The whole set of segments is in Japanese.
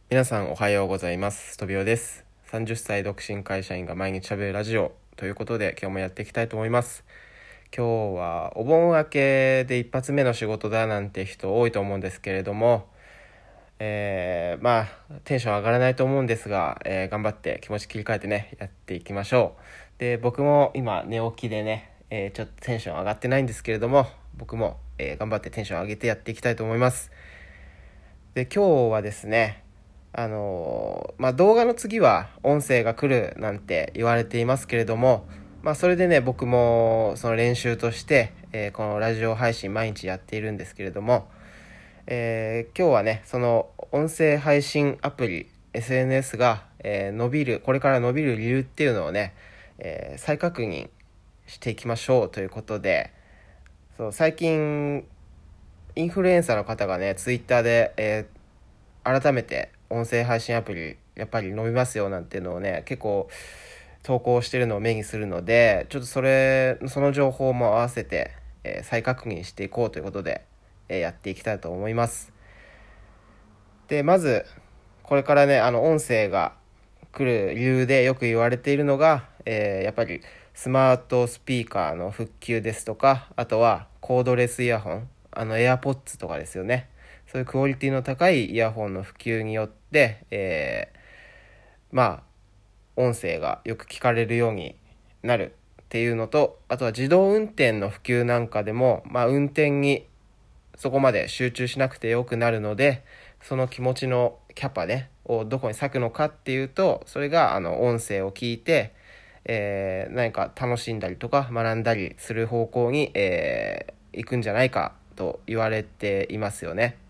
皆さんおはようございます。とびおです。30歳独身会社員が毎日喋るラジオということで今日もやっていきたいと思います。今日はお盆明けで一発目の仕事だなんて人多いと思うんですけれども、テンション上がらないと思うんですが、頑張って気持ち切り替えてねやっていきましょう。で、僕も今寝起きでね、ちょっとテンション上がってないんですけれども、僕も、頑張ってテンション上げてやっていきたいと思います。で、今日はですね、動画の次は音声が来るなんて言われていますけれども、それでね、僕もその練習として、このラジオ配信毎日やっているんですけれども、今日はね、その音声配信アプリ SNS が、これから伸びる理由っていうのをね、再確認していきましょうということで、最近インフルエンサーの方がね、ツイッターで、改めて音声配信アプリやっぱり伸びますよなんていうのをね、結構投稿してるのを目にするので、ちょっとその情報も合わせて、再確認していこうということで、やっていきたいと思います。で、まずこれからね、音声が来る理由でよく言われているのが、やっぱりスマートスピーカーの復旧ですとか、あとはコードレスイヤホン、AirPods とかですよね。そういうクオリティの高いイヤホンの普及によって、音声がよく聞かれるようになるっていうのと、あとは自動運転の普及なんかでも、運転にそこまで集中しなくてよくなるので、その気持ちのキャパねをどこに割くのかっていうと、それが音声を聞いて、何か楽しんだりとか学んだりする方向に、行くんじゃないかと言われていますよね。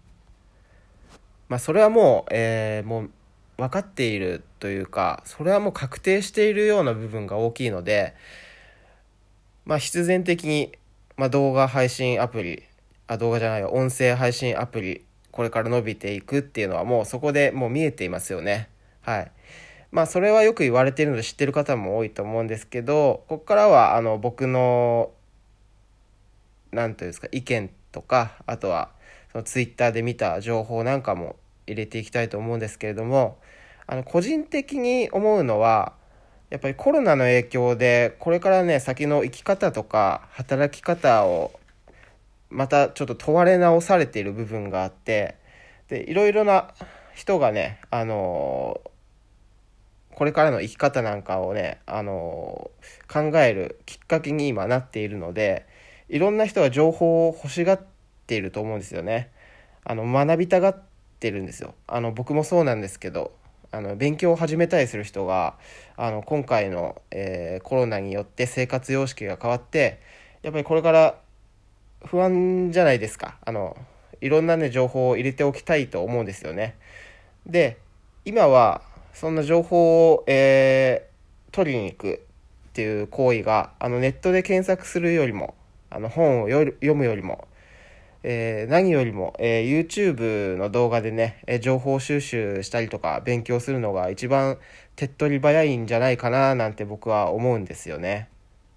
それはもう分かっているというか、それはもう確定しているような部分が大きいので、必然的に、動画配信アプリ、動画じゃないよ、音声配信アプリ、これから伸びていくっていうのはもうそこでもう見えていますよね。はい。それはよく言われているので知ってる方も多いと思うんですけど、ここからは僕のなんていうんですか、意見とか、あとはそのツイッターで見た情報なんかも入れていきたいと思うんですけれども、個人的に思うのは、やっぱりコロナの影響でこれからね、先の生き方とか働き方をまたちょっと問われ直されている部分があって、でいろいろな人がね、これからの生き方なんかをね、考えるきっかけに今なっているので、いろんな人が情報を欲しがっていると思うんですよね。学びたがってるんですよ。僕もそうなんですけど、勉強を始めたりする人が、今回の、コロナによって生活様式が変わって、やっぱりこれから不安じゃないですか。いろんなね、情報を入れておきたいと思うんですよね。で、今はそんな情報を、取りに行くっていう行為がネットで検索するよりも、本を読むよりも、何よりも、YouTube の動画でね、情報収集したりとか勉強するのが一番手っ取り早いんじゃないかななんて僕は思うんですよね。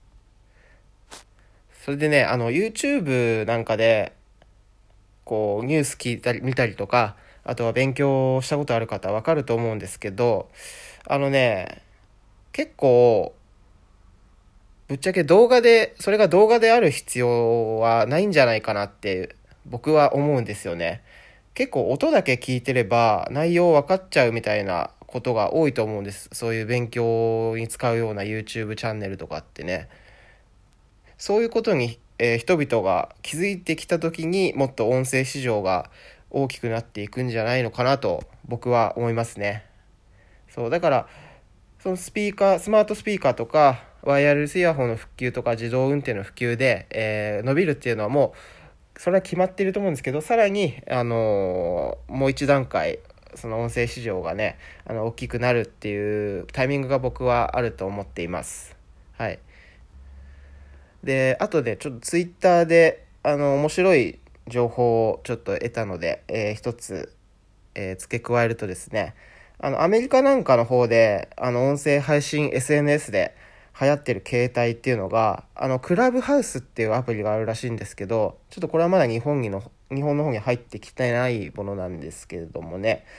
それでね、YouTube なんかでこうニュース聞いたり見たりとか、あとは勉強したことある方はわかると思うんですけど、あのね結構ぶっちゃけそれが動画である必要はないんじゃないかなって僕は思うんですよね。結構音だけ聞いてれば内容分かっちゃうみたいなことが多いと思うんです。そういう勉強に使うような YouTube チャンネルとかってね。そういうことに、人々が気づいてきた時にもっと音声市場が大きくなっていくんじゃないのかなと僕は思いますね。そうだから、そのスマートスピーカーとかワイヤレスイヤホンの普及とか自動運転の普及で、伸びるっていうのはもうそれは決まっていると思うんですけど、さらに、もう一段階その音声市場がね、大きくなるっていうタイミングが僕はあると思っています。はい。で、あとでちょっとツイッターで面白い情報をちょっと得たので、一つ、付け加えるとですね、アメリカなんかの方で音声配信 SNS で流行ってる携帯っていうのがクラブハウスっていうアプリがあるらしいんですけど、ちょっとこれはまだ日本の方に入ってきてないものなんですけれどもね、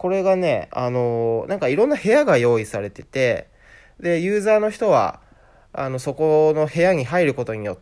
これがね、なんかいろんな部屋が用意されてて、で、ユーザーの人は、そこの部屋に入ることによって、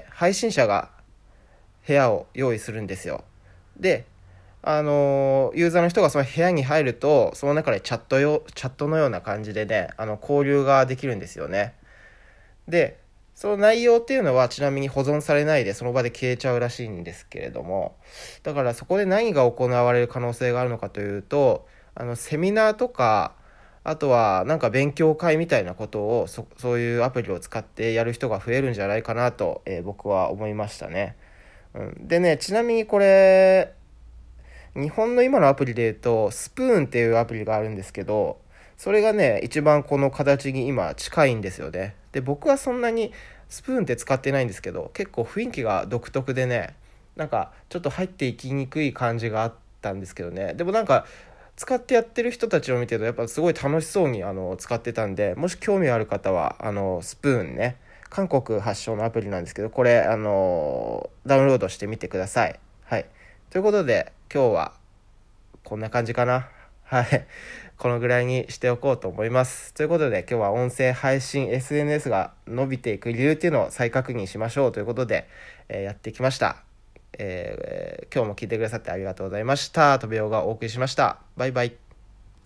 配信者が部屋を用意するんですよ。で、ユーザーの人がその部屋に入ると、その中でチャットのような感じでね、交流ができるんですよね。で、その内容っていうのはちなみに保存されないでその場で消えちゃうらしいんですけれども、だからそこで何が行われる可能性があるのかというと、セミナーとか、あとはなんか勉強会みたいなことをそういうアプリを使ってやる人が増えるんじゃないかなと、僕は思いましたね。でね、ちなみにこれ、日本の今のアプリで言うと、スプーンっていうアプリがあるんですけど、それがね、一番この形に今近いんですよね。で、僕はそんなにスプーンって使ってないんですけど、結構雰囲気が独特でね、なんかちょっと入っていきにくい感じがあったんですけどね。でもなんか、使ってやってる人たちを見てると、やっぱすごい楽しそうに使ってたんで、もし興味ある方は、スプーンね、韓国発祥のアプリなんですけど、これ、ダウンロードしてみてください。はい。ということで、今日はこんな感じかな。はい。このぐらいにしておこうと思います。ということで、今日は音声配信 SNS が伸びていく理由っていうのを再確認しましょうということで、やってきました。今日も聞いてくださってありがとうございました。とびおがお送りしました。バイバイ。